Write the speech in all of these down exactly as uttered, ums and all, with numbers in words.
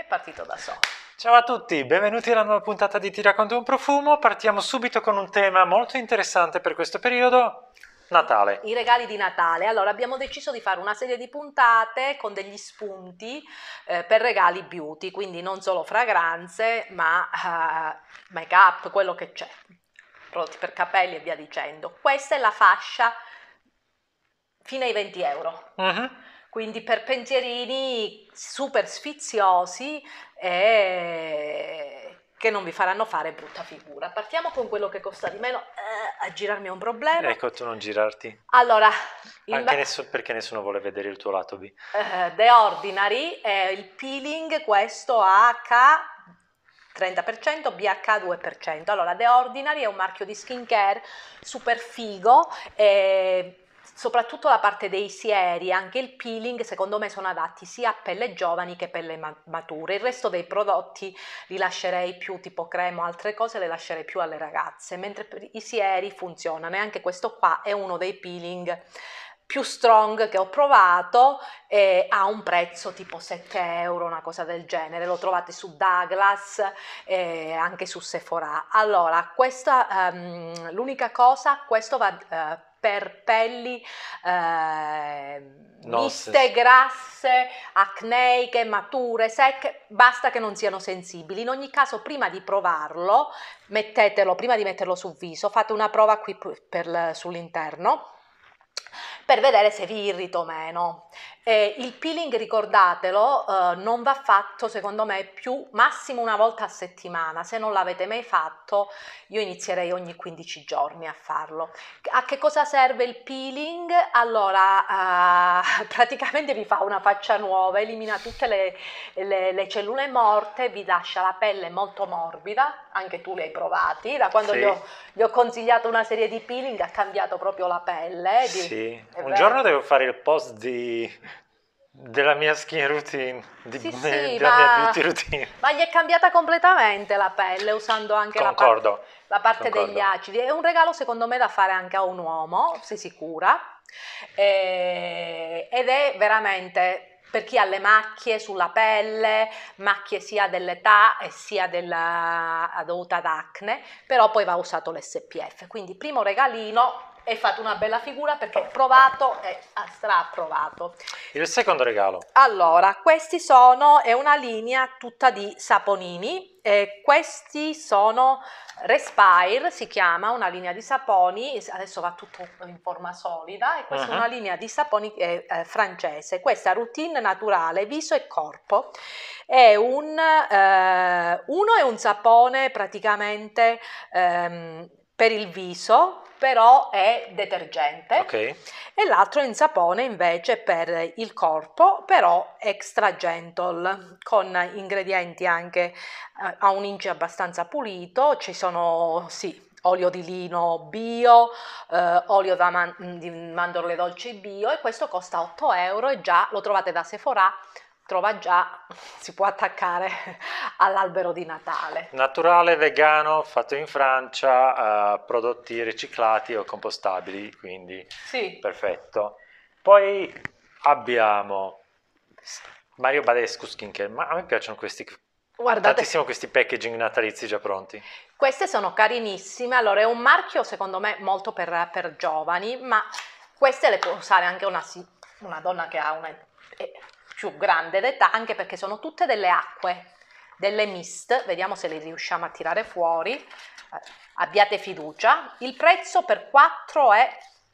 partito da solo. Ciao a tutti, benvenuti alla nuova puntata di Ti racconto un profumo. Partiamo subito con un tema molto interessante per questo periodo, Natale. I regali di Natale. Allora abbiamo deciso di fare una serie di puntate con degli spunti eh, per regali beauty, quindi non solo fragranze, ma uh, make up, quello che c'è, prodotti per capelli e via dicendo. Questa è la fascia fino ai venti euro. Uh-huh. Quindi per pensierini super sfiziosi e che non vi faranno fare brutta figura. Partiamo con quello che costa di meno. Eh, a girarmi è un problema. Ecco, tu non girarti. Allora, anche nessuno, perché nessuno vuole vedere il tuo lato B. Uh, The Ordinary è il peeling, questo H trenta per cento, B H due per cento. Allora, The Ordinary è un marchio di skincare super figo. E soprattutto la parte dei sieri, anche il peeling, secondo me sono adatti sia a pelle giovani che pelle mature. Il resto dei prodotti li lascerei più tipo crema o altre cose, le lascerei più alle ragazze, mentre per i sieri funzionano. E anche questo qua è uno dei peeling più strong che ho provato, e ha un prezzo tipo sette euro, una cosa del genere. Lo trovate su Douglas e anche su Sephora. Allora, questa um, l'unica cosa, questo va uh, per pelli eh, miste, grasse, acneiche, mature, secche, basta che non siano sensibili. In ogni caso, prima di provarlo, mettetelo, prima di metterlo sul viso, fate una prova qui per, sull'interno, per vedere se vi irrita o meno. Eh, il peeling, ricordatelo, eh, non va fatto secondo me più massimo una volta a settimana. Se non l'avete mai fatto, io inizierei ogni quindici giorni a farlo. A che cosa serve il peeling? Allora, eh, praticamente vi fa una faccia nuova, elimina tutte le, le, le cellule morte, vi lascia la pelle molto morbida. Anche tu li hai provati, da quando sì. gli, ho, gli ho consigliato una serie di peeling ha cambiato proprio la pelle. Di, sì, un vero. giorno devo fare il post di... della mia skin routine, di, sì, sì, della ma, mia beauty routine. Ma gli è cambiata completamente la pelle, usando anche Concordo. la parte, la parte Concordo. degli acidi. È un regalo secondo me da fare anche a un uomo, se si cura, e, ed è veramente per chi ha le macchie sulla pelle, macchie sia dell'età e sia della, dovute ad acne, però poi va usato l'S P F. Quindi primo regalino, e fate una bella figura perché provato e stra approvato. Il secondo regalo. Allora, questi sono, è una linea tutta di saponini, e questi sono Respire, si chiama, una linea di saponi, adesso va tutto in forma solida, e questa uh-huh. è una linea di saponi eh, eh, francese. Questa routine naturale, viso e corpo. È un, eh, uno è un sapone praticamente ehm, per il viso, però è detergente, okay. E l'altro è un sapone invece per il corpo, però extra gentle, con ingredienti anche eh, a un inci abbastanza pulito. Ci sono sì olio di lino bio, eh, olio da man- di mandorle dolci bio, e questo costa otto euro e già lo trovate da Sephora. Trova già, si può attaccare all'albero di Natale. Naturale, vegano, fatto in Francia, uh, prodotti riciclati o compostabili, quindi sì. Perfetto. Poi abbiamo Mario Badescu Skincare, ma a me piacciono questi, Guardate, tantissimo questi packaging natalizi già pronti. Queste sono carinissime. Allora, è un marchio secondo me molto per, per giovani, ma queste le può usare anche una, una donna che ha una... Eh, più grande d'età, anche perché sono tutte delle acque, delle mist. Vediamo se le riusciamo a tirare fuori. Eh, abbiate fiducia. Il prezzo per quattro è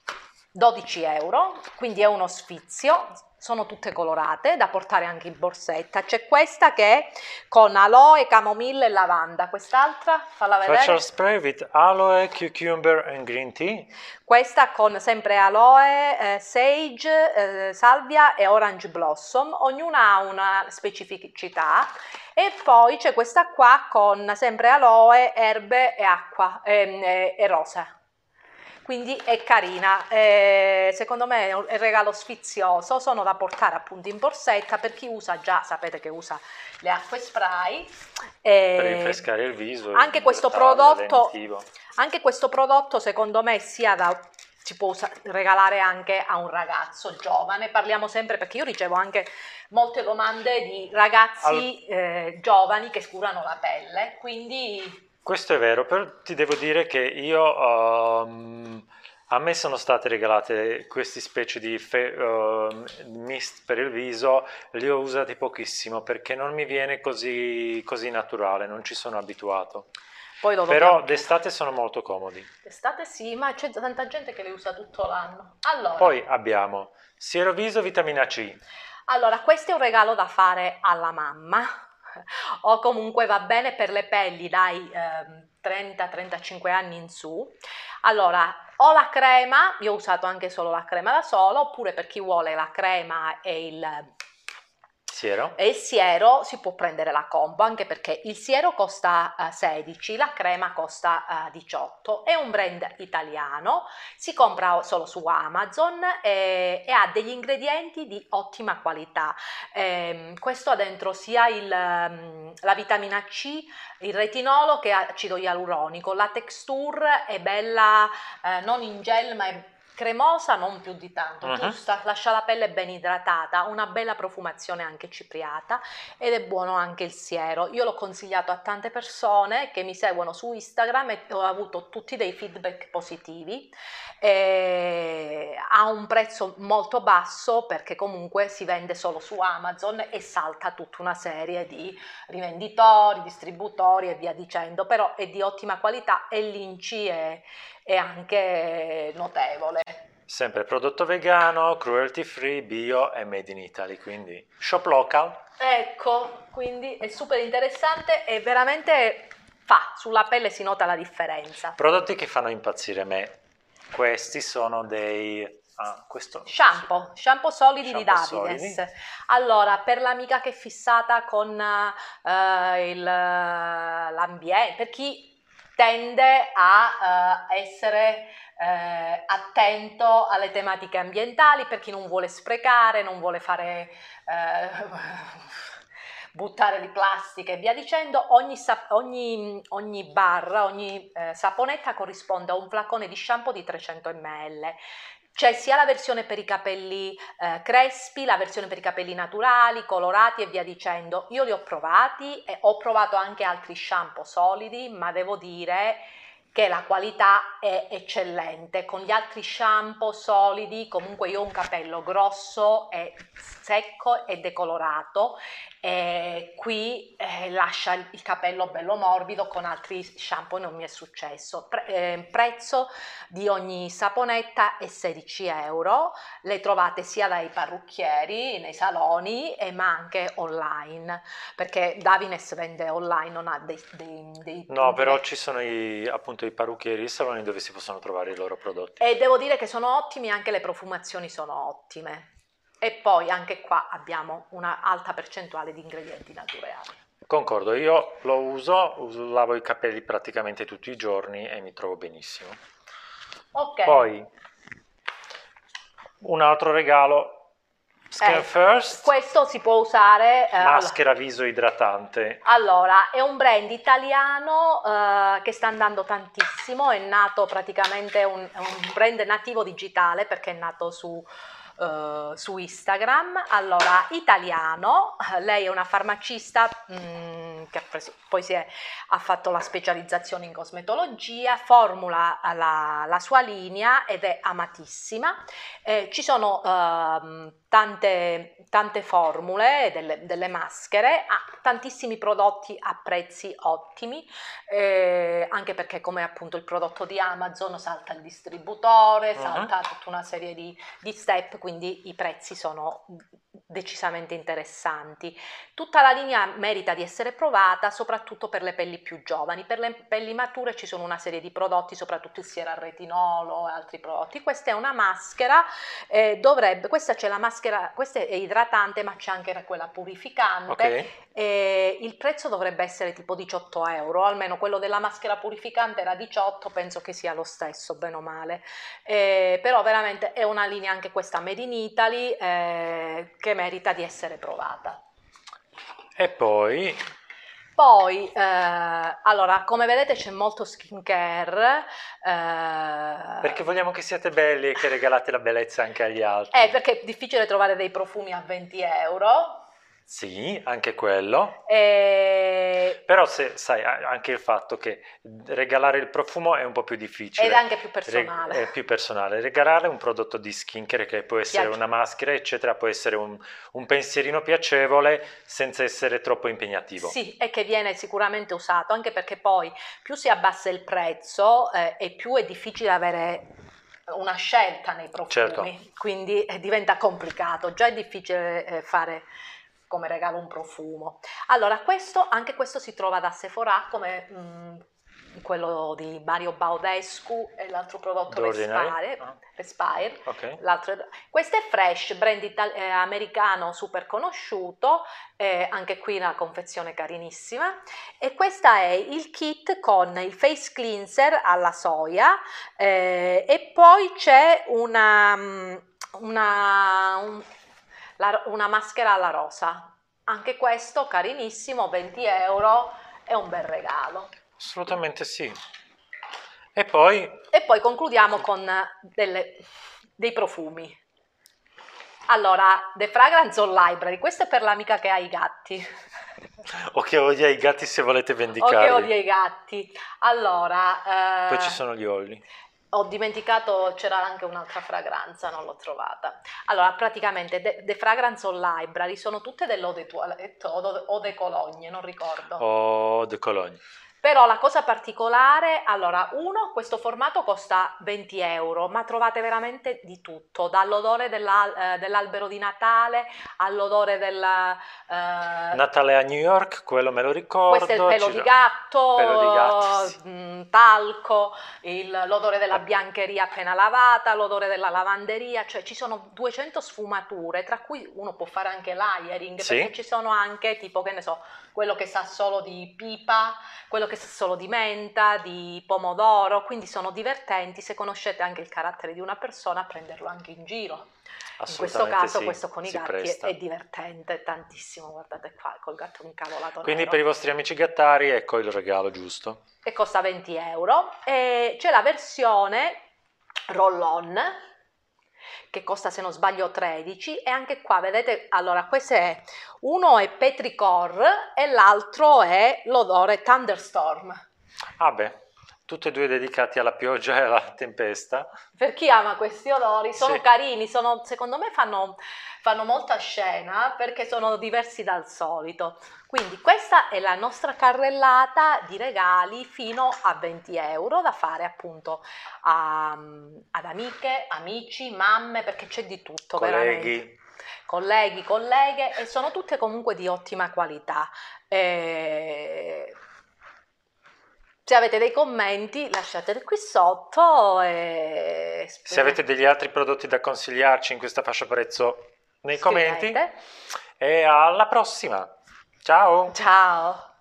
dodici euro, quindi è uno sfizio. Sono tutte colorate, da portare anche in borsetta. C'è questa che è con aloe, camomilla e lavanda. Quest'altra, falla vedere. Facial spray with aloe, cucumber and green tea. Questa con sempre aloe, eh, sage, eh, salvia e orange blossom. Ognuna ha una specificità. E poi c'è questa qua con sempre aloe, erbe e acqua e, e, e rosa. Quindi è carina, eh, secondo me è un regalo sfizioso, sono da portare appunto in borsetta per chi usa già, sapete che usa le acque spray. Eh, per rinfrescare il viso. Anche questo prodotto, anche questo prodotto secondo me sia da si può usa- regalare anche a un ragazzo giovane. Parliamo sempre, perché io ricevo anche molte domande di ragazzi Al... eh, giovani che curano la pelle, quindi... Questo è vero, però ti devo dire che io, um, a me sono state regalate queste specie di fe- uh, mist per il viso, li ho usati pochissimo perché non mi viene così, così naturale, non ci sono abituato. Poi lo Però dobbiamo... d'estate sono molto comodi. D'estate sì, ma c'è tanta gente che li usa tutto l'anno. Allora, Poi abbiamo siero viso vitamina C. Allora, questo è un regalo da fare alla mamma, o comunque va bene per le pelli dai eh, trenta trentacinque anni in su. Allora, o la crema, io ho usato anche solo la crema da sola, oppure per chi vuole la crema e il... Siero? E il siero si può prendere la combo, anche perché il siero costa uh, sedici, la crema costa uh, diciotto, è un brand italiano, si compra solo su Amazon e, e ha degli ingredienti di ottima qualità. Eh, questo ha dentro sia il, um, la vitamina C, il retinolo che acido ialuronico, la texture è bella, eh, non in gel ma è cremosa, non più di tanto, uh-huh. giusta, lascia la pelle ben idratata, una bella profumazione anche cipriata ed è buono anche il siero. Io l'ho consigliato a tante persone che mi seguono su Instagram e ho avuto tutti dei feedback positivi. E ha un prezzo molto basso perché comunque si vende solo su Amazon e salta tutta una serie di rivenditori, distributori e via dicendo, però è di ottima qualità e l'I N C I è è anche notevole. Sempre prodotto vegano, cruelty free, bio e made in Italy, quindi shop local. Ecco, quindi è super interessante e veramente fa, sulla pelle si nota la differenza. Prodotti che fanno impazzire me, questi sono dei... Ah, questo... Shampoo, shampoo solidi shampoo di Davides. Solidi. Allora, per l'amica che è fissata con uh, il, l'ambiente, per chi tende a uh, essere uh, attento alle tematiche ambientali, per chi non vuole sprecare, non vuole fare uh, buttare di plastica e via dicendo, ogni, ogni, ogni barra, ogni uh, saponetta corrisponde a un flacone di shampoo di trecento millilitri. C'è sia la versione per i capelli eh, crespi, la versione per i capelli naturali, colorati e via dicendo. Io li ho provati e ho provato anche altri shampoo solidi, ma devo dire che la qualità è eccellente. Con gli altri shampoo solidi, comunque io ho un capello grosso e secco e decolorato, e qui eh, lascia il, il capello bello morbido, con altri shampoo non mi è successo. Pre- eh, prezzo di ogni saponetta è sedici euro, le trovate sia dai parrucchieri, nei saloni, eh, ma anche online, perché Davines vende online, non ha dei... dei, dei no, però ci sono i, appunto i parrucchieri e i saloni dove si possono trovare i loro prodotti. E devo dire che sono ottimi, anche le profumazioni sono ottime. E poi anche qua abbiamo una alta percentuale di ingredienti naturali. Concordo, io lo uso, lavo i capelli praticamente tutti i giorni e mi trovo benissimo. Ok. Poi, un altro regalo, Skin Eh, First, questo si può usare... Eh, maschera viso idratante. Allora, è un brand italiano eh, che sta andando tantissimo, è nato praticamente, un, è un brand nativo digitale perché è nato su... Uh, su Instagram. Allora, italiano, lei è una farmacista mh, che ha preso, poi si è, ha fatto la specializzazione in cosmetologia, formula la, la sua linea ed è amatissima. Eh, ci sono uh, tante, tante formule delle, delle maschere, ha tantissimi prodotti a prezzi ottimi, eh, anche perché come appunto il prodotto di Amazon salta il distributore, salta uh-huh. tutta una serie di, di step, quindi i prezzi sono decisamente interessanti. Tutta la linea merita di essere provata, soprattutto per le pelli più giovani. Per le pelli mature ci sono una serie di prodotti, soprattutto il siero al retinolo e altri prodotti. Questa è una maschera, eh, dovrebbe, questa c'è la maschera, questa è idratante, ma c'è anche quella purificante. Okay. E il prezzo dovrebbe essere tipo diciotto euro, almeno quello della maschera purificante era diciotto, penso che sia lo stesso, bene o male. Eh, però veramente è una linea anche questa made in Italy eh, che merita di essere provata. E poi... Poi, eh, allora, come vedete c'è molto skincare. Eh, Perché vogliamo che siate belli e che regalate la bellezza anche agli altri. eh, perché è difficile trovare dei profumi a venti euro. Sì, anche quello. E... Però se sai a- anche il fatto che regalare il profumo è un po' più difficile. Ed è anche più Re- personale. è più personale. Regalare un prodotto di skincare che può essere Piace- una maschera, eccetera, può essere un, un pensierino piacevole senza essere troppo impegnativo. Sì, e che viene sicuramente usato, anche perché poi più si abbassa il prezzo eh, e più è difficile avere una scelta nei profumi, Certo. quindi eh, diventa complicato, già è difficile eh, fare come regalo un profumo. Allora, questo, anche questo si trova da Sephora come mh, quello di Mario Baudescu e l'altro prodotto The Ordinary? Respire, Ah. Respire. Ok. L'altro è- questo è Fresh, brand ital- eh, americano super conosciuto, eh, anche qui una confezione carinissima. E questa è il kit con il face cleanser alla soia eh, e poi c'è una, mm, una, un- la- una maschera alla rosa. Anche questo carinissimo, venti euro, è un bel regalo. Assolutamente sì. E poi, E poi concludiamo con delle- dei profumi. Allora, The Fragrance on Library, questo è per l'amica che ha i gatti. o che odia i gatti se volete O che vendicarli. odia i gatti. Allora, eh, Poi ci sono gli olli. ho dimenticato, c'era anche un'altra fragranza, non l'ho trovata. Allora, praticamente The, The Fragrance on Library sono tutte dell'eau de toilette o de- o de cologne, non ricordo. O de Cologne. Però la cosa particolare, allora, uno, questo formato costa venti euro, ma trovate veramente di tutto, dall'odore della- eh, dell'albero di Natale all'odore del eh, Natale a New York, quello me lo ricordo. questo è il pelo ci- di gatto, Pelo di gatto, sì. mh, talco, il- l'odore della Ah. biancheria appena lavata, l'odore della lavanderia, cioè ci sono duecento sfumature, tra cui uno può fare anche layering, Sì. perché ci sono anche tipo, che ne so, quello che sa solo di pipa, quello che sa solo di menta, di pomodoro, quindi sono divertenti, se conoscete anche il carattere di una persona, prenderlo anche in giro. In questo Assolutamente caso sì, questo con i si gatti è, presta. è divertente, tantissimo, guardate qua, col gatto incavolato Quindi nero. per i vostri amici gattari ecco il regalo giusto. E costa venti euro. E c'è la versione roll-on che costa, se non sbaglio, tredici, e anche qua vedete, allora questo è, uno è Petrichor e l'altro è l'odore Thunderstorm. Ah beh, tutti e due dedicati alla pioggia e alla tempesta. Per chi ama questi odori, sono Sì. carini, sono, secondo me fanno, fanno molta scena perché sono diversi dal solito. Quindi questa è la nostra carrellata di regali fino a venti euro da fare appunto a- ad amiche, amici, mamme, perché c'è di tutto veramente. Colleghi. Colleghi, colleghe, e sono tutte comunque di ottima qualità. Eh, Se avete dei commenti lasciateli qui sotto e Se avete degli altri prodotti da consigliarci in questa fascia prezzo nei commenti. scrivete. E alla prossima. Ciao. Ciao!